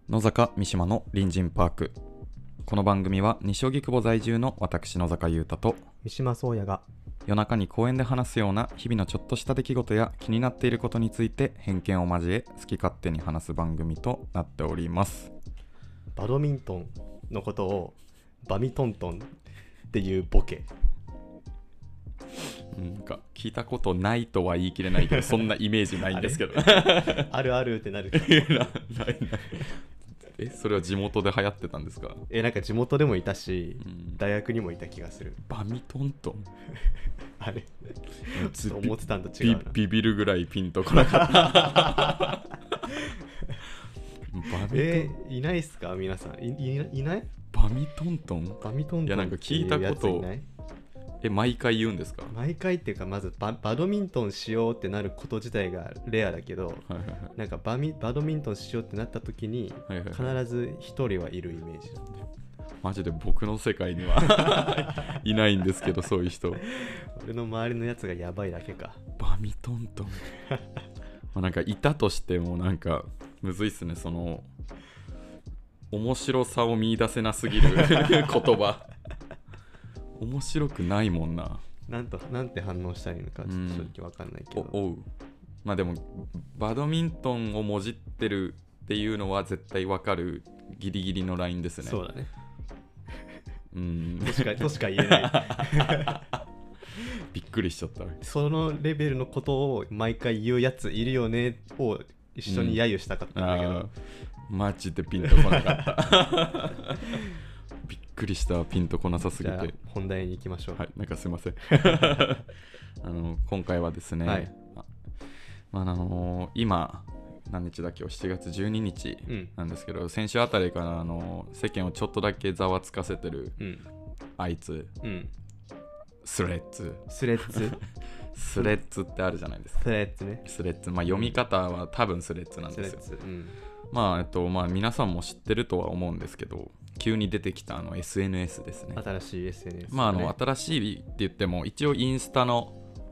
野坂三島の隣人パーク。この番組は西荻窪在住の私野坂優太と三島宗也が夜中に公園で話すような日々のちょっとした出来事や気になっていることについて偏見を交え好き勝手に話す番組となっております。 バドミントンのことをバミトントンっていうボケ。 なんか聞いたことないとは言い切れないけどそんなイメージないんですけどあるあるってなるないそれは地元で流行ってたんですか？ なんか地元でもいたし、大学にもいた気がする。 バミトントンあれちょっと思ってたんと違うな。 ビビるぐらいピンとこなかったバミトンいないっすか皆さん。いないバミトントンバミトントンっていうやついない？ いやなんか聞いたこと毎回言うんですか？ 毎回っていうか、まずバドミントンしようってなること自体がレアだけど、なんかバドミントンしようってなった時に、必ず一人はいるイメージなんだよ。 マジで僕の世界にはいないんですけどそういう人。 俺の周りのやつがやばいだけか。 バミトントンなんかいたとしてもなんかむずいっすね。その面白さを見出せなすぎる言葉。面白くないもんな。 なんて反応したらいいのかちょっと正直わかんないけど、 おう。まあでもバドミントンをもじってるっていうのは絶対わかるギリギリのラインですね。 そうだね。 としか言えないびっくりしちゃった。 そのレベルのことを毎回言うやついるよねを一緒に揶揄したかったんだけど、 マジでピンとこなかったびっくりした。ピンとこなさすぎて。 じゃあ本題に行きましょう。 はい、なんかすいません今回はですね、 はい、 今何日だっけ、7月12日なんですけど、先週あたりから世間をちょっとだけざわつかせてる、あいつ、スレッズスレッズってあるじゃないですか。 スレッズね。 スレッズ、読み方は多分スレッズなんですよ。皆さんも知ってるとは思うんですけど、急に出てきたSNS ですね。 新しい SNS、ね。 新しいって言っても一応インスタの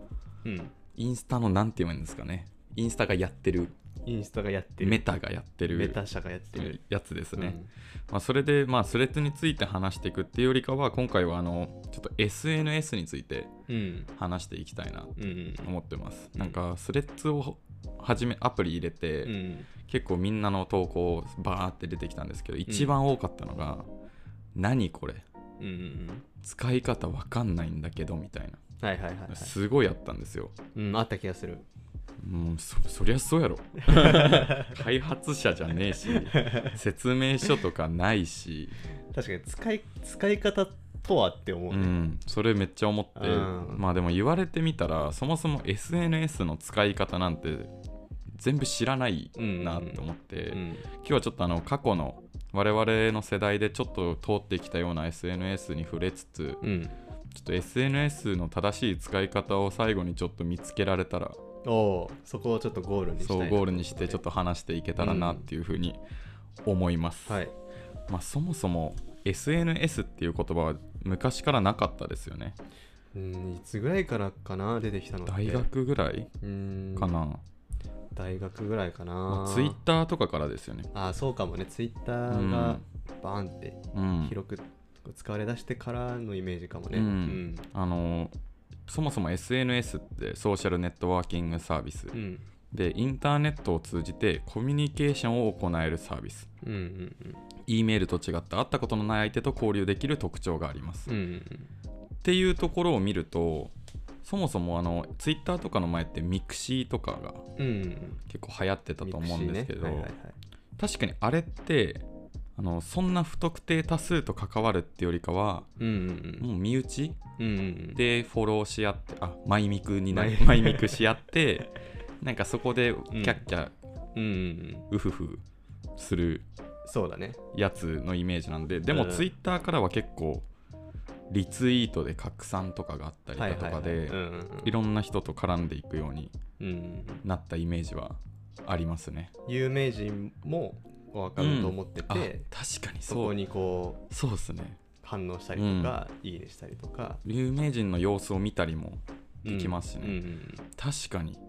なんて言うんですかね。インスタがやってる。メタがやってる。 メタ社がやってるやつですね。それでスレッズについて話していくっていうよりかは、今回はちょっと SNS について話していきたいなと思ってます。なんかスレッズをアプリ入れて、結構みんなの投稿バーって出てきたんですけど、一番多かったのが、何これ、使い方わかんないんだけどみたいな、すごいあったんですよ。 あった気がする。 そりゃそうやろ開発者じゃねえし説明書とかないし、 確かに使い方とはって思うね。 それめっちゃ思って、でも言われてみたらそもそも SNS の使い方なんて全部知らないなって思って、今日はちょっと過去の我々の世代でちょっと通ってきたような SNS に触れつつ、ちょっと SNS の正しい使い方を最後にちょっと見つけられたら、 そこをちょっとゴールにしたいな。 ゴールにしてちょっと話していけたらなっていうふうに思います。そもそも SNS っていう言葉は昔からなかったですよね。 いつぐらいからかな、出てきたのって。 大学ぐらいかな。 大学ぐらいかな。 ツイッターとかからですよね。 そうかもね。ツイッターがバーンって広く使われ出してからのイメージかもね。 そもそも SNS ってソーシャルネットワーキングサービス、でインターネットを通じてコミュニケーションを行えるサービス、E メールと違って会ったことのない相手と交流できる特徴があります、っていうところを見ると、そもそもツイッターとかの前ってミクシーとかが結構流行ってたと思うんですけど、確かにあれってそんな不特定多数と関わるってよりかは、もう身内でフォローし合って、マイミクし合ってなんかそこでキャッキャウフフするやつのイメージなんで、でもツイッターからは結構リツイートで拡散とかがあったりだとかで、いろんな人と絡んでいくようになったイメージはありますね。 有名人も分かると思ってて、 確かにそこにこうそうですね、 反応したりとか、いいねしたりとか、 有名人の様子を見たりもできますしね。確かに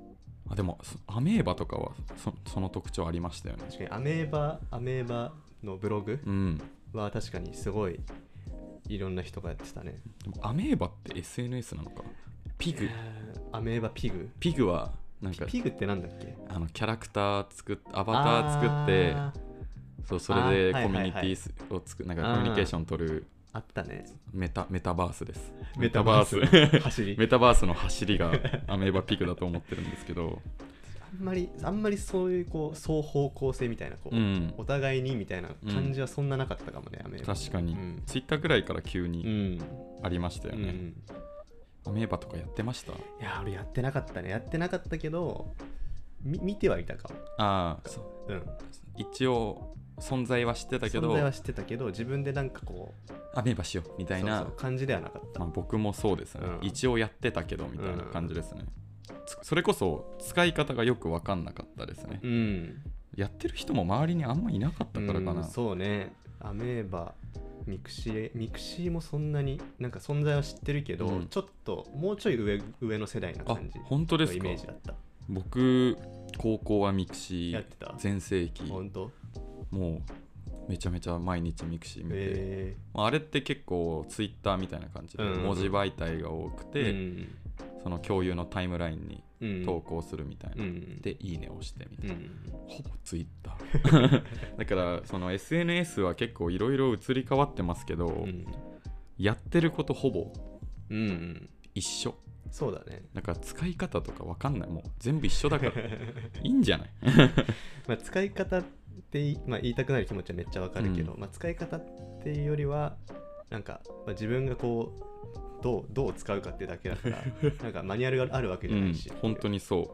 でもアメーバとかはその特徴ありましたよね。 確かにアメーバのブログは確かにすごいいろんな人がやってたね。 でもアメーバって SNS なのか。ピグ、 アメーバピグはなんかピグってなんだっけ。 キャラクターアバター作ってそれでコミュニティをなんかコミュニケーション取るあったね。 メタバースです。 メタバース走りメタバースの走りがアメーバピグだと思ってるんですけどあんまりそういう双方向性みたいなお互いにみたいな感じはそんななかったかもね、アメーバ。 確かに、ツイッターぐらいから急にありましたよね、アメーバとかやってました？いや俺やってなかったね。やってなかったけど見てはいたかも。 そう、一応存在は知ってたけど自分でなんかアメーバしようみたいな感じではなかった。 僕もそうですね、一応やってたけどみたいな感じですね、それこそ使い方がよく分かんなかったですね、やってる人も周りにあんまいなかったからかな、 そうね。アメーバミクシーもそんなになんか存在は知ってるけど、ちょっともうちょい上の世代な感じ本当ですか？ イメージだった。 僕高校はミクシー全盛期。 本当？ もうめちゃめちゃ毎日ミクシー見て、あれって結構ツイッターみたいな感じで文字媒体が多くて、その共有のタイムラインに投稿するみたいな、でいいねをしてみたいな、ほぼツイッターだからその SNS は結構いろいろ移り変わってますけど、やってることほぼ一緒。 そうだね。 だから使い方とか分かんない、もう全部一緒だからいいんじゃない使い方って言いたくなる気持ちはめっちゃ分かるけど、使い方っていうよりはなんか、自分がどう使うかっていうだけだからなんかマニュアルがあるわけじゃないし、 本当にそう、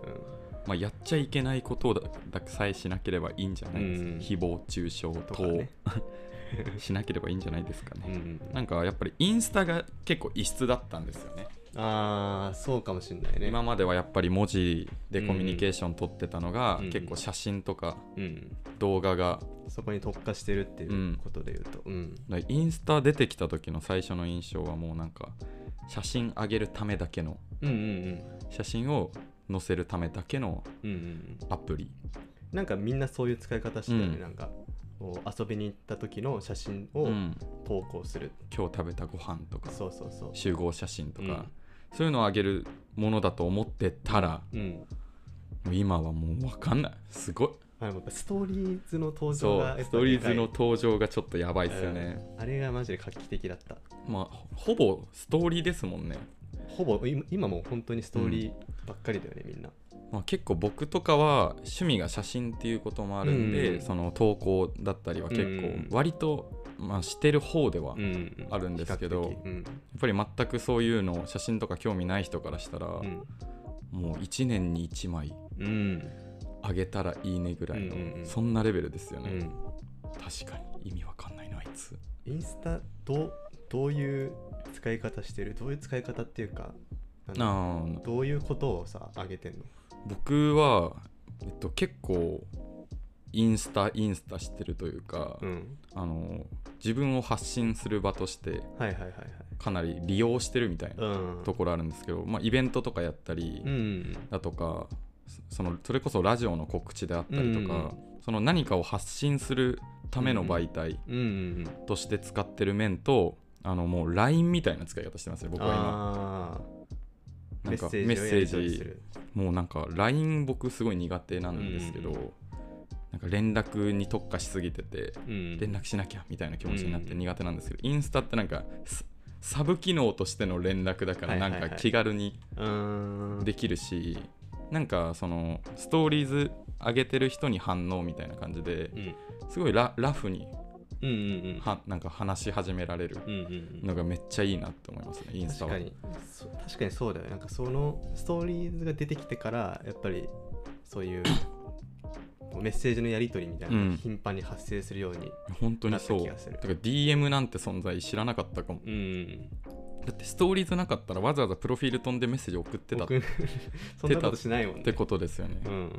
やっちゃいけないことださえしなければいいんじゃないですか、誹謗中傷とか、ね、しなければいいんじゃないですかね、なんかやっぱりインスタが結構異質だったんですよね。 そうかもしれないね。 今まではやっぱり文字でコミュニケーション取ってたのが、結構写真とか動画がそこに特化してるっていうことでいうと、 インスタ出てきた時の最初の印象はもうなんか写真上げるためだけの、写真を載せるためだけのアプリ、 なんかみんなそういう使い方してたよね、なんか遊びに行った時の写真を投稿する、 今日食べたご飯とか、 そう集合写真とか、そういうのを上げるものだと思ってたら、今はもう分かんない。すごい。 ストーリーズの登場がストーリーズの登場がちょっとやばいですよね、 あれがマジで画期的だった。 ほぼストーリーですもんね。 ほぼ今も本当にストーリーばっかりだよね、みんな。 結構僕とかは趣味が写真っていうこともあるんで、その投稿だったりは結構割としてる方ではあるんですけど、やっぱり全くそういうの写真とか興味ない人からしたら、もう1年に1枚あげたらいいねぐらいの、そんなレベルですよね、確かに意味わかんないなあいつ。 インスタどういう使い方してる？どういう使い方っていうかどういうことをさ上げてんの？ 僕は、結構インスタしてるというか、自分を発信する場としてかなり利用してるみたいなところあるんですけど、イベントとかやったりだとか、それこそラジオの告知であったりとか、その何かを発信するための媒体として使ってる面と、もう LINE みたいな使い方してますね、僕は今。なんかメッセージもうなんか LINE 僕すごい苦手なんですけど、なんか連絡に特化しすぎてて、連絡しなきゃみたいな気持ちになって苦手なんですけど、インスタってなんかサブ機能としての連絡だからなんか気軽にできるし、なんかそのストーリーズ上げてる人に反応みたいな感じですごいラフになんか話し始められるのがめっちゃいいなって思いますね、インスタは。 確かにそうだよ。なんかそのストーリーズが出てきてからやっぱりそういうメッセージのやり取りみたいなのが頻繁に発生するようになった気がする。本当にそう。だから DM なんて存在知らなかったかも。だってストーリーズなかったらわざわざプロフィール飛んでメッセージ送ってたそんなことしないもんねってことですよね。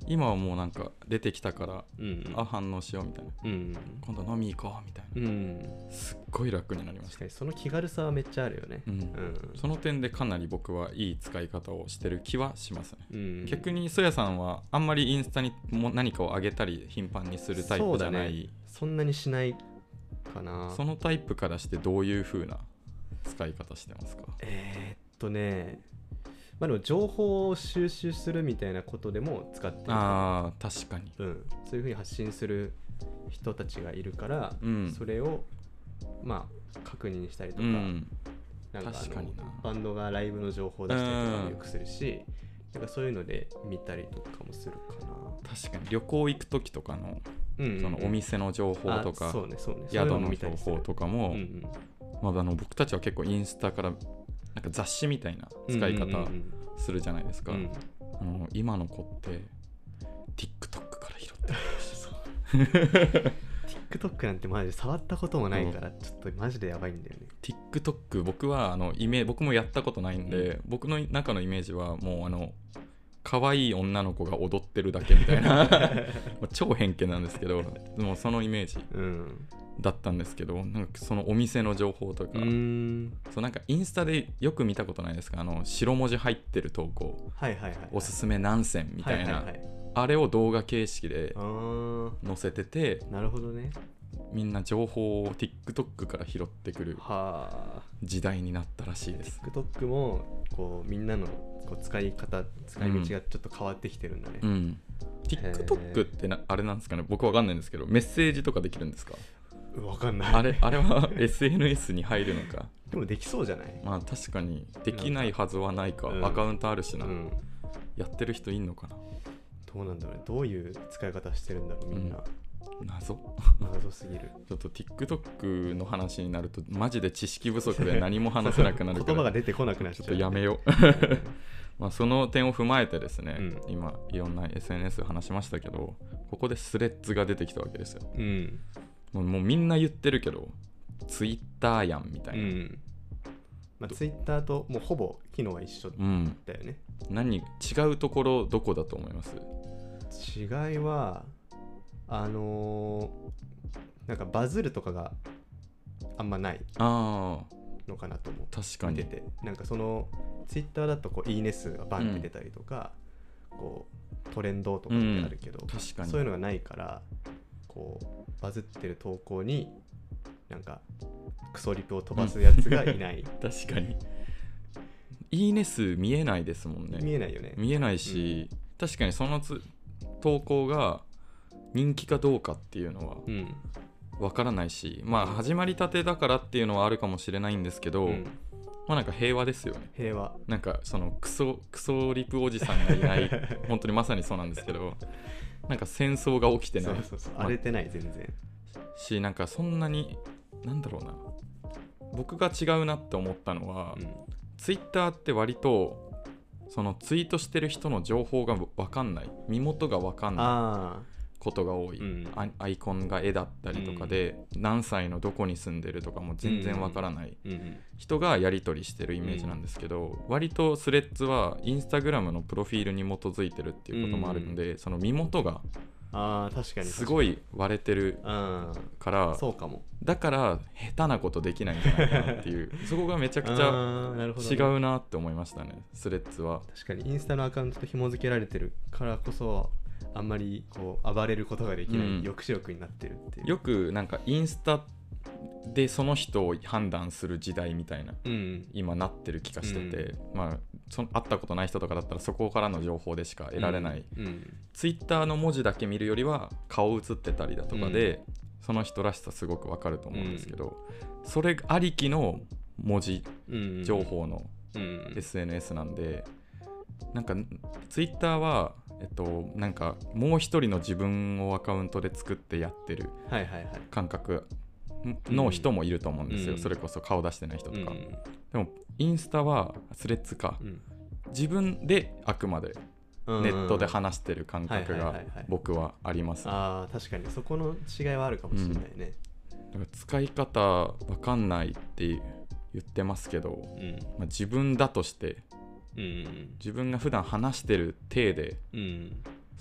今はもうなんか出てきたから、 うん、 あ反応しようみたいな、 うん、 今度飲み行こうみたいな、 うん、 すっごい楽になりました。 確かにその気軽さはめっちゃあるよね。 うん、その点でかなり僕はいい使い方をしてる気はしますね。うん、逆にそやさんはあんまりインスタにも何かを上げたり頻繁にするタイプじゃない。 そんなにしないかな。 そのタイプからしてどういう風な使い方してますか？ まあでも情報を収集するみたいなことでも使ってる。 ああ確かに、 うん、そういう風に発信する人たちがいるから、 うん、 それをまあ確認したりとか、うん、なんか確かにな、 バンドがライブの情報を出したりとかもよくするし、なんかそういうので見たりとかもするかな。 確かに旅行行く時とかの、そのお店の情報とか、 そうね宿の情報とかも、まあ、僕たちは結構インスタからなんか雑誌みたいな使い方するじゃないですか。今の子って TikTok から拾ってる TikTok なんてマジで触ったこともないから、ちょっとマジでやばいんだよね。 TikTok 僕は僕もやったことないんで、僕の中のイメージはもう可愛い女の子が踊ってるだけみたいな超偏見なんですけど、もうそのイメージだったんですけど、なんかそのお店の情報とか、そうなんかインスタでよく見たことないですか、白文字入ってる投稿、おすすめ何選みたいな、あれを動画形式で載せてて、 なるほどね、 みんな情報を TikTok から拾ってくる時代になったらしいです。 TikTok もこうみんなのこう使い道がちょっと変わってきてるんだね。 TikTok ってあれなんですかね、僕わかんないんですけど、メッセージとかできるんですか？ わかんない。 あれは SNS に入るのか。 でもできそうじゃない？ まあ確かにできないはずはないか、アカウントあるしな、やってる人いんのかな。 どうなんだろうね、どういう使い方してるんだろうみんな、 謎すぎる。 ちょっと TikTok の話になるとマジで知識不足で何も話せなくなるから言葉が出てこなくなっちゃう、 ちょっとやめようまあその点を踏まえてですね、今いろんな SNS 話しましたけど、ここでスレッズが出てきたわけですよ。もうみんな言ってるけど Twitter やんみたいな、 まあ、Twitter ともうほぼ機能は一緒だよね。 違うところどこだと思います？ 違いはなんかバズるとかがあんまないのかなと思う。 確かに見てて、なんかそのツイッターだとこういいね数がバンって出たりとか、こうトレンドとかってあるけど、 確かにそういうのがないから、こうバズってる投稿になんかクソリプを飛ばすやつがいない、 確かにいいね数見えないですもんね。 見えないよね。 見えないし、確かにその投稿が人気かどうかっていうのはわからないし、まあ始まりたてだからっていうのはあるかもしれないんですけど、まあなんか平和ですよね。 平和。 なんかそのクソリプおじさんがいない本当にまさにそうなんですけど、なんか戦争が起きてない、 荒れてない全然し、なんかそんなになんだろうな、僕が違うなって思ったのは、ツイッターって割とそのツイートしてる人の情報が分かんない、身元が分かんないことが多い、アイコンが絵だったりとかで、何歳のどこに住んでるとかも全然分からない人がやり取りしてるイメージなんですけど、割とスレッズはインスタグラムのプロフィールに基づいてるっていうこともあるので、その身元が確かにすごい割れてるから、 そうかも。 だから下手なことできないんじゃないかなっていうそこがめちゃくちゃ違うなって思いましたね、スレッズは。 確かにインスタのアカウントと紐付けられてるからこそ、あんまりこう暴れることができない抑止力になってるっていう。 よくなんかインスタでその人を判断する時代みたいな、今なってる気がしてて、まあ会ったことない人とかだったらそこからの情報でしか得られない、ツイッターの文字だけ見るよりは顔映ってたりだとかで、その人らしさすごくわかると思うんですけど、それありきの文字情報の SNS なんで、なんかツイッターはなんかもう一人の自分をアカウントで作ってやってる感覚の人もいると思うんですよ、それこそ顔出してない人とか、でもインスタはスレッズか、自分であくまでネットで話してる感覚が僕はあります、ね。 確かにそこの違いはあるかもしれないね。 だから使い方わかんないって言ってますけど、まあ、自分だとして、自分が普段話してる体で、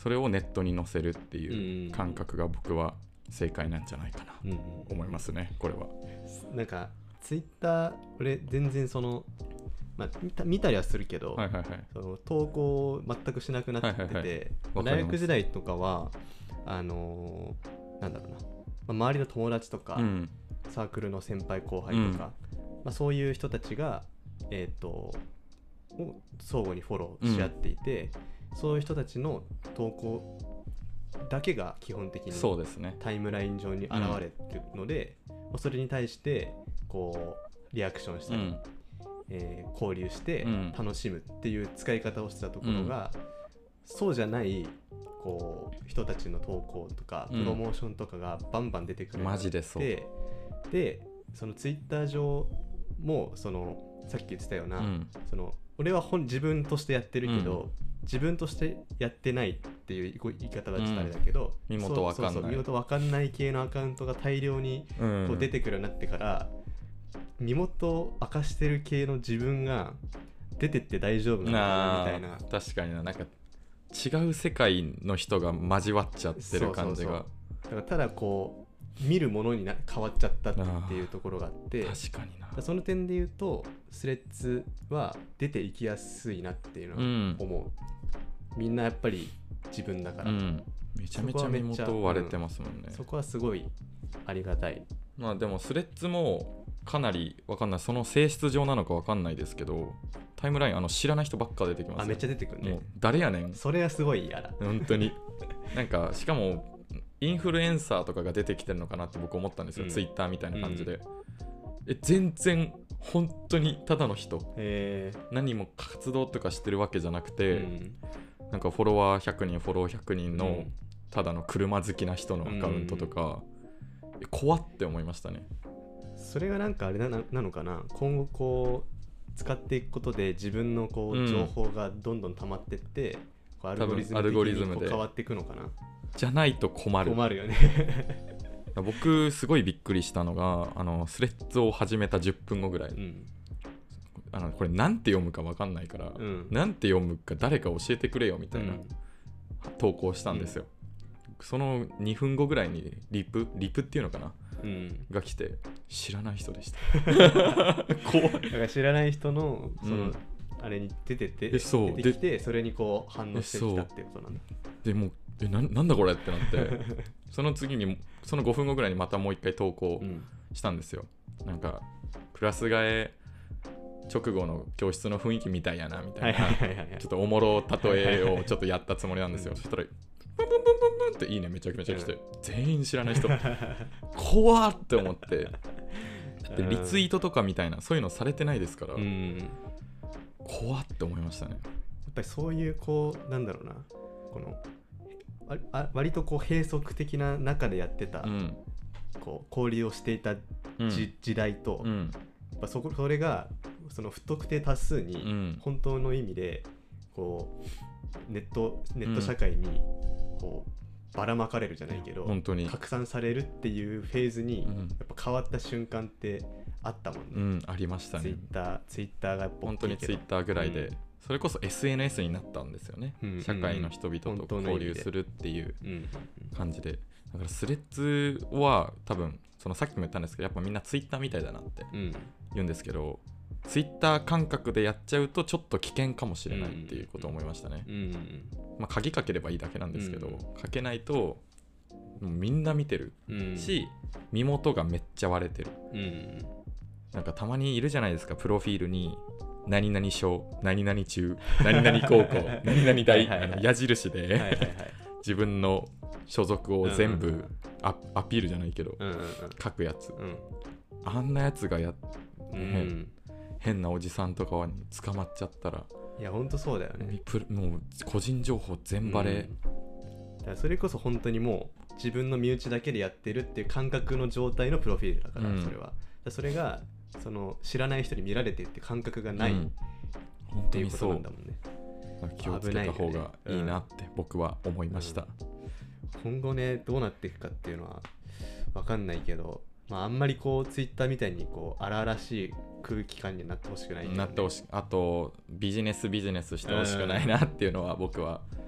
それをネットに載せるっていう感覚が僕は正解なんじゃないかな思いますね、これは。 なんかツイッター俺全然その、まあ、見たりはするけど、 はいはいはい、 その投稿を全くしなくなってて、はいはいはい、大学時代とかはなんだろうな、まあ、周りの友達とか、うん、サークルの先輩後輩とか、まあ、そういう人たちがを相互にフォローし合っていて、そういう人たちの投稿だけが基本的にタイムライン上に現れるので、それに対してこうリアクションしたり、交流して楽しむっていう使い方をしてたところが、そうじゃないこう人たちの投稿とかプロモーションとかがバンバン出てくるマジでそうで、そのツイッター上もそのさっき言ってたような、その俺は自分としてやってるけど、自分としてやってないっていう言い方はちょっとあれだけど、 身元わかんない、 そう身元わかんない系のアカウントが大量にこう出てくるようになってから、身元を明かしてる系の自分が出てって大丈夫なのかなみたいな。 確かになんか違う世界の人が交わっちゃってる感じが、 だからただこう見るものに変わっちゃったっていうところがあって、 確かにな。 その点で言うとスレッズは出ていきやすいなっていうのは思う、みんなやっぱり自分だから、 めちゃめちゃ身元割れてますもんね、 そこはすごいありがたい。 まあでもスレッズもかなりわかんない、その性質上なのかわかんないですけど、タイムライン知らない人ばっか出てきますよ。 めっちゃ出てくるね。 もう誰やねん、 それはすごい嫌だ本当になんかしかもインフルエンサーとかが出てきてるのかなって僕思ったんですよ、ツイッターみたいな感じで、全然本当にただの人、何も活動とかしてるわけじゃなくて、なんかフォロワー100人フォロー100人のただの車好きな人のアカウントとか、怖って思いましたね。 それがなんかあれ なのかな、今後こう使っていくことで自分のこう情報がどんどん溜まってって、アルゴリズム的に変わっていくのかな。 じゃないと困るよね僕すごいびっくりしたのがスレッズを始めた10分後ぐらい、これなんて読むか分かんないから、なんて読むか誰か教えてくれよみたいな投稿したんですよ、その2分後ぐらいにリプっていうのかな、が来て知らない人でした怖い。 だから知らない人のその、あれに出てきて、それにこう反応してきたっていうことなんだ。 でもなんだこれってなってその次にその5分後ぐらいにまたもう一回投稿したんですよ、なんかクラス替え直後の教室の雰囲気みたいやなみたいな、ちょっとおもろ例えをちょっとやったつもりなんですよ、そしたらブンブンブンブンブンっていいねめちゃくちゃ来て、全員知らない人怖って思って、でリツイートとかみたいなそういうのされてないですから、怖って思いましたね。 やっぱりそういうこうなんだろうな、この割とこう閉塞的な中でやってた、こう交流をしていた時代と、やっぱそれがその不特定多数に本当の意味でこうネット社会にこうばらまかれるじゃないけど、 本当に拡散されるっていうフェーズにやっぱ変わった瞬間ってあったもんね、 ありましたね。 ツイッターが本当にツイッターぐらいで、それこそ SNS になったんですよね、社会の人々と交流するっていう感じで、だからスレッズは多分そのさっきも言ったんですけど、やっぱみんなツイッターみたいだなって言うんですけど、ツイッター感覚でやっちゃうとちょっと危険かもしれないっていうことを思いましたね。まあ鍵かければいいだけなんですけど、かけないともうみんな見てるし、身元がめっちゃ割れてる、なんかたまにいるじゃないですか、プロフィールに何々小、何々中、何々高校、何々大、矢印で自分の所属を全部アピールじゃないけど、書くやつ、あんなやつが変なおじさんとかに捕まっちゃったら、 いやほんとそうだよね、 もう個人情報全バレ、 だからそれこそ本当にもう自分の身内だけでやってるっていう感覚の状態のプロフィールだから、それがその知らない人に見られてって感覚がない、っていうことなんだもんね。 気をつけた方がいいなって僕は思いました。 今後ねどうなっていくかっていうのは分かんないけど、あんまりこうツイッターみたいにこう荒々しい空気感になってほしくない、 なってほしい。あとビジネスしてほしくないなっていうのは僕は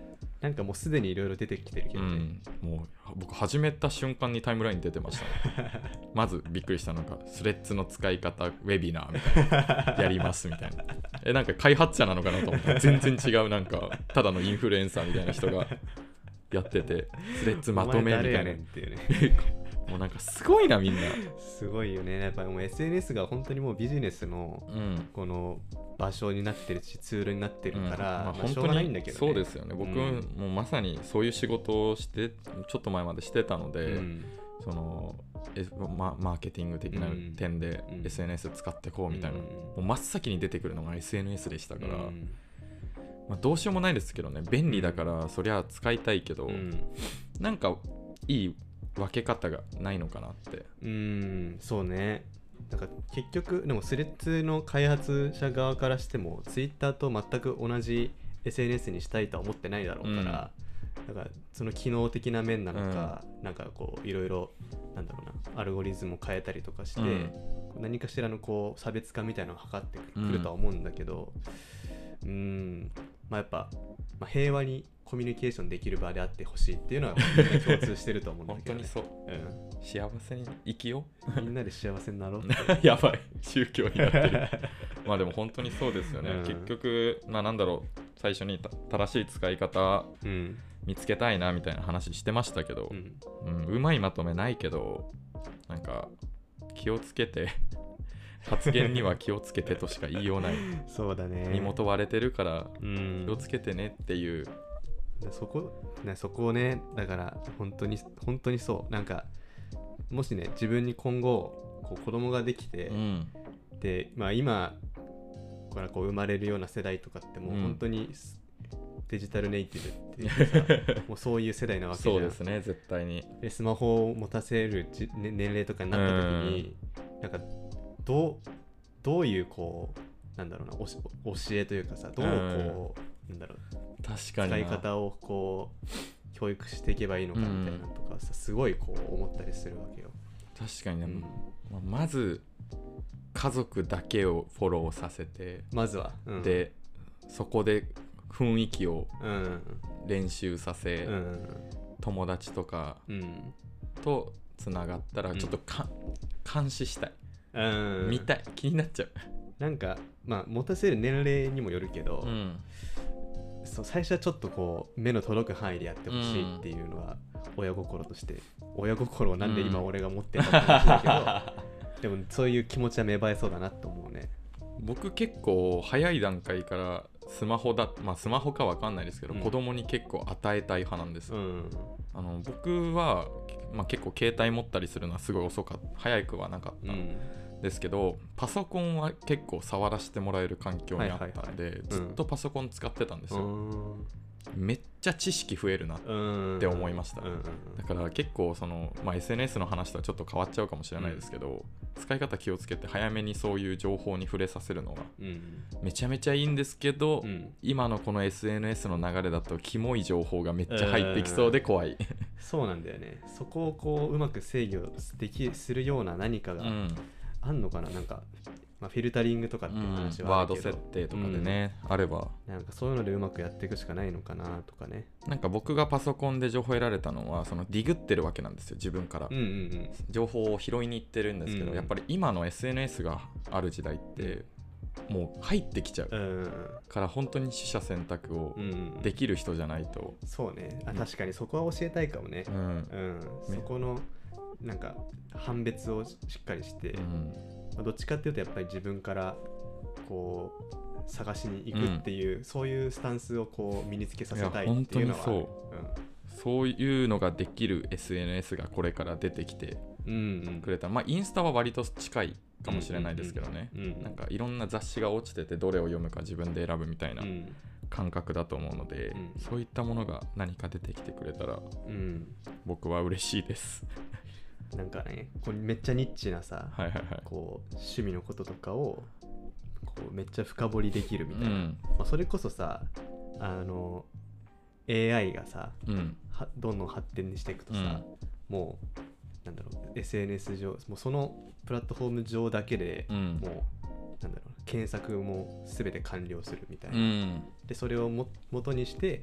なんかもうすでにいろいろ出てきてるけどね、 もう僕始めた瞬間にタイムラインに出てましたねまずびっくりしたのがスレッズの使い方ウェビナーみたいなやりますみたいななんか開発者なのかなと思ったら全然違う、なんかただのインフルエンサーみたいな人がやってて、スレッズまとめみたいな、 お前誰やねんっていうねもうなんかすごいなみんな。 すごいよね。やっぱりもう SNS が本当にもうビジネスのこの場所になってるしツールになってるから、 本当にそうですよね。僕もうまさにそういう仕事をしてちょっと前までしてたので、そのマーケティング的な点で SNS 使ってこうみたいな、もう真っ先に出てくるのが SNS でしたから、まあ、どうしようもないですけどね、便利だからそりゃ使いたいけど、なんかいい分け方がないのかなって。 そうね。なんか結局でもスレッズの開発者側からしても Twitter と全く同じ SNS にしたいとは思ってないだろうから、だからその機能的な面なのか、なんかこういろいろなんだろうな、アルゴリズムを変えたりとかして、何かしらのこう差別化みたいなのを図ってくるとは思うんだけど、まあやっぱ、平和にコミュニケーションできる場であってほしいっていうのはみんな共通してると思うんだけど、ね、 本当にそう、幸せに生きようみんなで幸せになろうってやばい宗教になってるまあでも本当にそうですよね、結局なんだろう、最初に正しい使い方、見つけたいなみたいな話してましたけど、うまいまとめないけど、なんか気をつけて発言には気をつけてとしか言いようないそうだね、 身元割れてるから気をつけてねっていう、 そこをね、だから本当にそう、なんかもしね自分に今後こう子供ができて、で今からこう生まれるような世代とかってもう本当にデジタルネイティブっていうさもうそういう世代なわけじゃん。 そうですね、絶対に。 でスマホを持たせる年齢とかになった時に、なんかどういうこうなんだろうな、教えというかさ、どうこう、なんだろう、 確かに使い方をこう教育していけばいいのかみたいなとかさ、すごいこう思ったりするわけよ。 確かにね、まず家族だけをフォローさせて、 まずは、 でそこで雰囲気を練習させ、友達とかとつながったらちょっと監視したい、見たい、気になっちゃう。 なんか持たせる年齢にもよるけど、そう最初はちょっとこう目の届く範囲でやってほしいっていうのは親心として、親心をなんで今俺が持ってるかって話だけど、でもそういう気持ちは芽生えそうだなと思うね。 僕結構早い段階からスマホスマホかわかんないですけど、子供に結構与えたい派なんです、僕は、結構携帯持ったりするのはすごい早くはなかった、ですけど、パソコンは結構触らせてもらえる環境にあったんで、ずっとパソコン使ってたんですよ。めっちゃ知識増えるなって思いました。だから結構SNS の話とはちょっと変わっちゃうかもしれないですけど、使い方気をつけて早めにそういう情報に触れさせるのがめちゃめちゃいいんですけど、今のこの SNS の流れだとキモい情報がめっちゃ入ってきそうで怖いそうなんだよね。そこをこううまく制御するような何かがあんのかな。なんかフィルタリングとかっていう話はあるけど、 ワード設定とかでね、あればなんかそういうのでうまくやっていくしかないのかなとかね。 なんか僕がパソコンで情報得られたのはディグってるわけなんですよ、自分から、情報を拾いに行ってるんですけど、やっぱり今の SNS がある時代ってもう入ってきちゃう、から本当に取捨選択をできる人じゃないと、 そうね、確かにそこは教えたいかもね。そこのなんか判別をしっかりして、どっちかっていうとやっぱり自分からこう探しに行くっていう、そういうスタンスをこう身につけさせたいっていうのは、 そういうのができる SNS がこれから出てきてくれたら、インスタは割と近いかもしれないですけどね、なんかいろんな雑誌が落ちててどれを読むか自分で選ぶみたいな感覚だと思うので、そういったものが何か出てきてくれたら、僕は嬉しいですなんかね、こうめっちゃニッチなさ、こう趣味のこととかをこうめっちゃ深掘りできるみたいな、それこそさ、AI がさ、どんどん発展していくとさ、もうなんだろう、 SNS 上、もうそのプラットフォーム上だけで、もうなんだろう、検索も全て完了するみたいな、でそれを元にして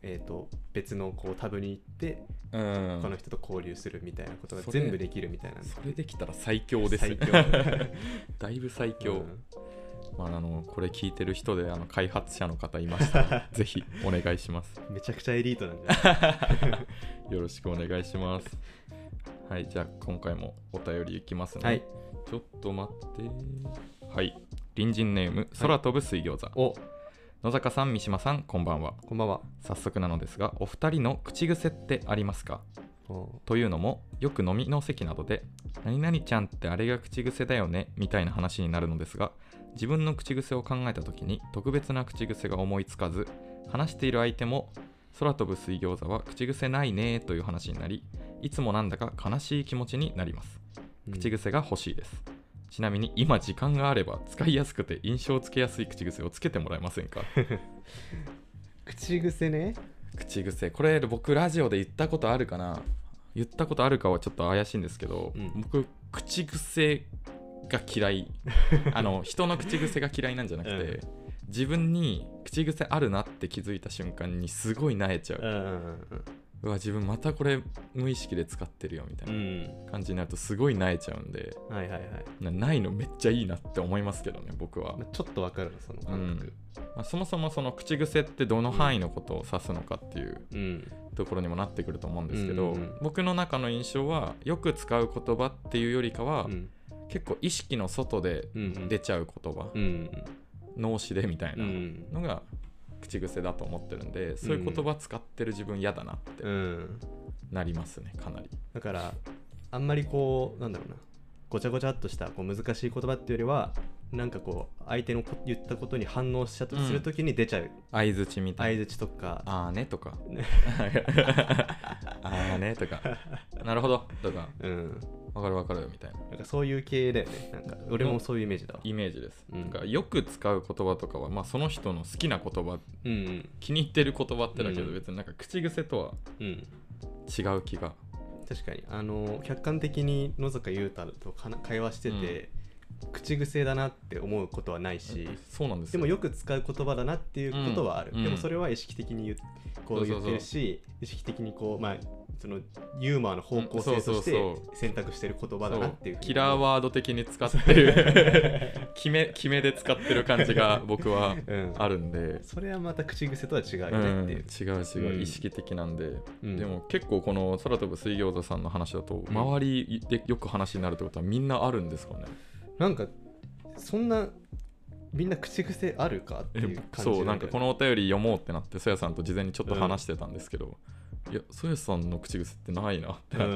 別のこうタブに行ってうん他の人と交流するみたいなことが全部できるみたいな。 それできたら最強ですよ最強だいぶ最強、 うんまあ、これ聞いてる人で開発者の方いましたらぜひお願いしますめちゃくちゃエリートなんじゃないよろしくお願いします。はい、じゃあ今回もお便りいきますね。 はい、 ちょっと待って。はい、隣人ネーム空飛ぶ水餃子、 お、 野坂さん、三島さん、こんばんは。 こんばんは。 早速なのですが、お二人の口癖ってありますか？というのも、よく飲みの席などで何々ちゃんってあれが口癖だよねみたいな話になるのですが、自分の口癖を考えた時に特別な口癖が思いつかず、話している相手も空飛ぶ水餃子は口癖ないねという話になり、いつもなんだか悲しい気持ちになります。口癖が欲しいです。ちなみに今時間があれば使いやすくて印象つけやすい口癖をつけてもらえませんか？ 口癖ね。 口癖、これ僕ラジオで言ったことあるかな？言ったことあるかはちょっと怪しいんですけど、僕口癖が嫌い人の口癖が嫌いなんじゃなくて、自分に口癖あるなって気づいた瞬間にすごい萎えちゃう、うわ自分またこれ無意識で使ってるよみたいな感じになるとすごい萎えちゃうんで、ないのめっちゃいいなって思いますけどね、僕は。 ちょっとわかるその感覚、 そもそもその口癖ってどの範囲のことを指すのかっていうところにもなってくると思うんですけど、僕の中の印象はよく使う言葉っていうよりかは、結構意識の外で出ちゃう言葉、脳死でみたいなのが口癖だと思ってるんで、そういう言葉使ってる自分嫌だなってなりますね、かなり。 だからあんまりこうなんだろうな、ごちゃごちゃっとしたこう難しい言葉っていうよりは、なんかこう相手の言ったことに反応しちゃったとするときに出ちゃう、 相づちみたいな、 相づちとかあーねとかあーねとかなるほどとか、わかるわかるみたいな、 なんかそういう系だよね。なんか俺もそういうイメージだわ。 イメージです、なんかよく使う言葉とかは、その人の好きな言葉、気に入ってる言葉ってだけど、別になんか口癖とは違う気が、 確かに客観的に野坂優太と会話してて、口癖だなって思うことはないし、 そうなんですよ。 でもよく使う言葉だなっていうことはある、でもそれは意識的にこう言ってるし、意識的にこうそのユーモアの方向性として選択してる言葉だなっていう、 キラーワード的に使ってる決めで使ってる感じが僕はあるんで、 それはまた口癖とは違うよねっていう、 違う、意識的なんで、でも結構この空飛ぶ水餃子さんの話だと、周りでよく話になるってことはみんなあるんですかね。 なんかそんなみんな口癖あるかっていう感じそう、なんかこのお便り読もうってなってそやさんと事前にちょっと話してたんですけど、いやそやさんの口癖ってないなってなって、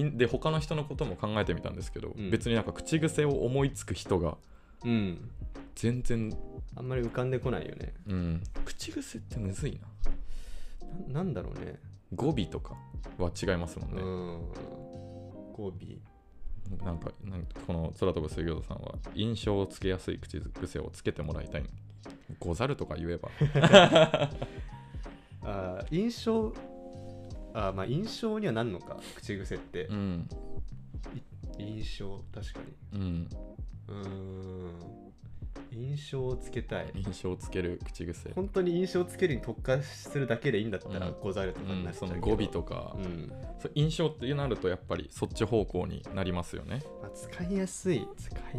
で他の人のことも考えてみたんですけど、別になんか口癖を思いつく人が全然あんまり浮かんでこないよね。 口癖ってむずいな。なんだろうね。 語尾とかは違いますもんね。 語尾なんかこの空飛ぶ水餃子さんは印象をつけやすい口癖をつけてもらいたい。ござるとか言えば印象にはなんのか口癖って、印象確かに、印象をつけたい。 印象をつける口癖、 本当に印象をつけるに特化するだけでいいんだったら、ござるとかになっちゃうけど、 その語尾とか、印象ってなるとやっぱりそっち方向になりますよね。 使いやすい、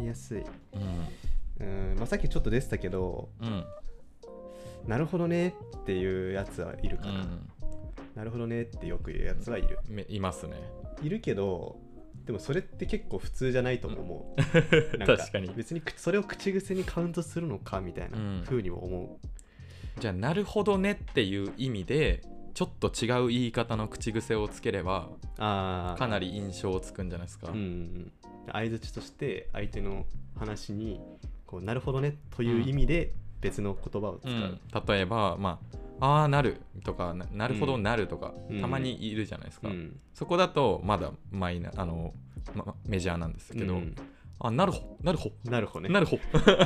さっきちょっと出てたけど、なるほどねっていうやつはいるかな、なるほどねってよく言うやつはいる、 いますね。 いるけど、でもそれって結構普通じゃないと思う、なんか確かに別にそれを口癖にカウントするのかみたいな風にも思う、じゃあなるほどねっていう意味でちょっと違う言い方の口癖をつければかなり印象をつくんじゃないですか。 相づちとして相手の話にこうなるほどねという意味で別の言葉を使う、 例えばなるとか なるほどなるとか、たまにいるじゃないですか、そこだとまだメジャーなんですけど、なるほね、なるほなるほなるほ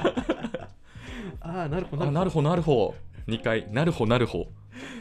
2回なるほなるほ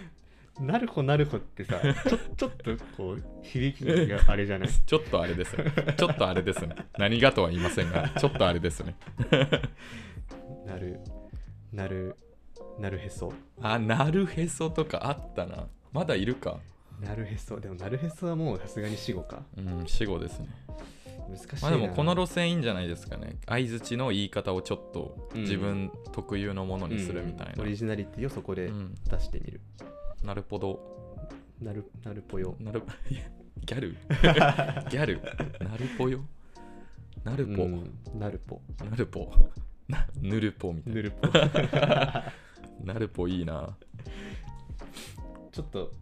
ってさちょっとこう響きがあれじゃないちょっとあれですね何がとは言いませんがちょっとあれですねなるへそ。 あ、なるへそとかあったな。まだいるか。 なるへそ。でもなるへそはもうさすがに死後か。 うん、死後ですね。 難しいな。 まあでもこの路線いいんじゃないですかね。相づちの言い方をちょっと自分特有のものにするみたいな。 オリジナリティをそこで出してみる。 なるほど。 なるぽよ。 ギャルギャルなるぽよ。なるぽ。 なるぽ。 なるぽ。ぬるぽみたいな。 ぬるぽ。 なるぽいいな。 ちょっと、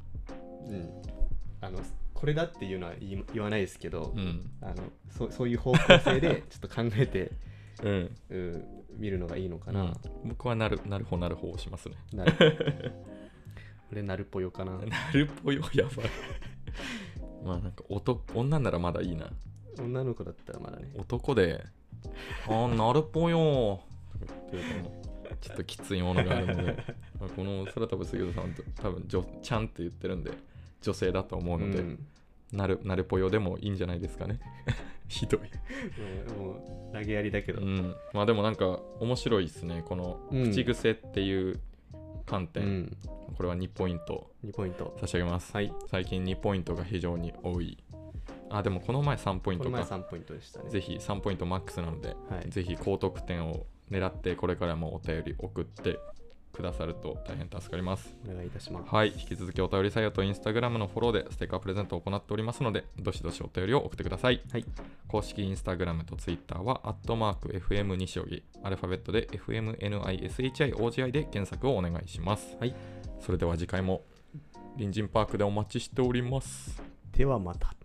これだっていうのは言わないですけど、そういう方向性でちょっと考えて、見るのがいいのかな。 僕はなるほをしますね。 俺なるぽよかな。 なるぽよやばい。まあなんか女ならまだいいな。 女の子だったらまだね。 男でなるぽよとか言ってるとちょっときついものがあるのでこの空飛ぶ杉戸さんと多分ちゃんって言ってるんで女性だと思うので、なるぽよでもいいんじゃないですかね。ひどい。 もう投げやりだけど、 まあでもなんか面白いですね。この口癖っていう観点、これは2ポイント差し上げます。はい、最近2ポイントが非常に多い。でもこの前3ポイントか。 この前3ポイントでしたね。 ぜひ3ポイントマックスなので、ぜひ高得点を狙ってこれからもお便り送ってくださると大変助かります。 お願いいたします。 はい、引き続きお便り採用とインスタグラムのフォローでステッカープレゼントを行っておりますので、どしどしお便りを送ってください。はい、公式インスタグラムとツイッターは@FM 西荻、アルファベットで FMNISHIOGI で検索をお願いします。はい、それでは次回も隣人パークでお待ちしております。 ではまた。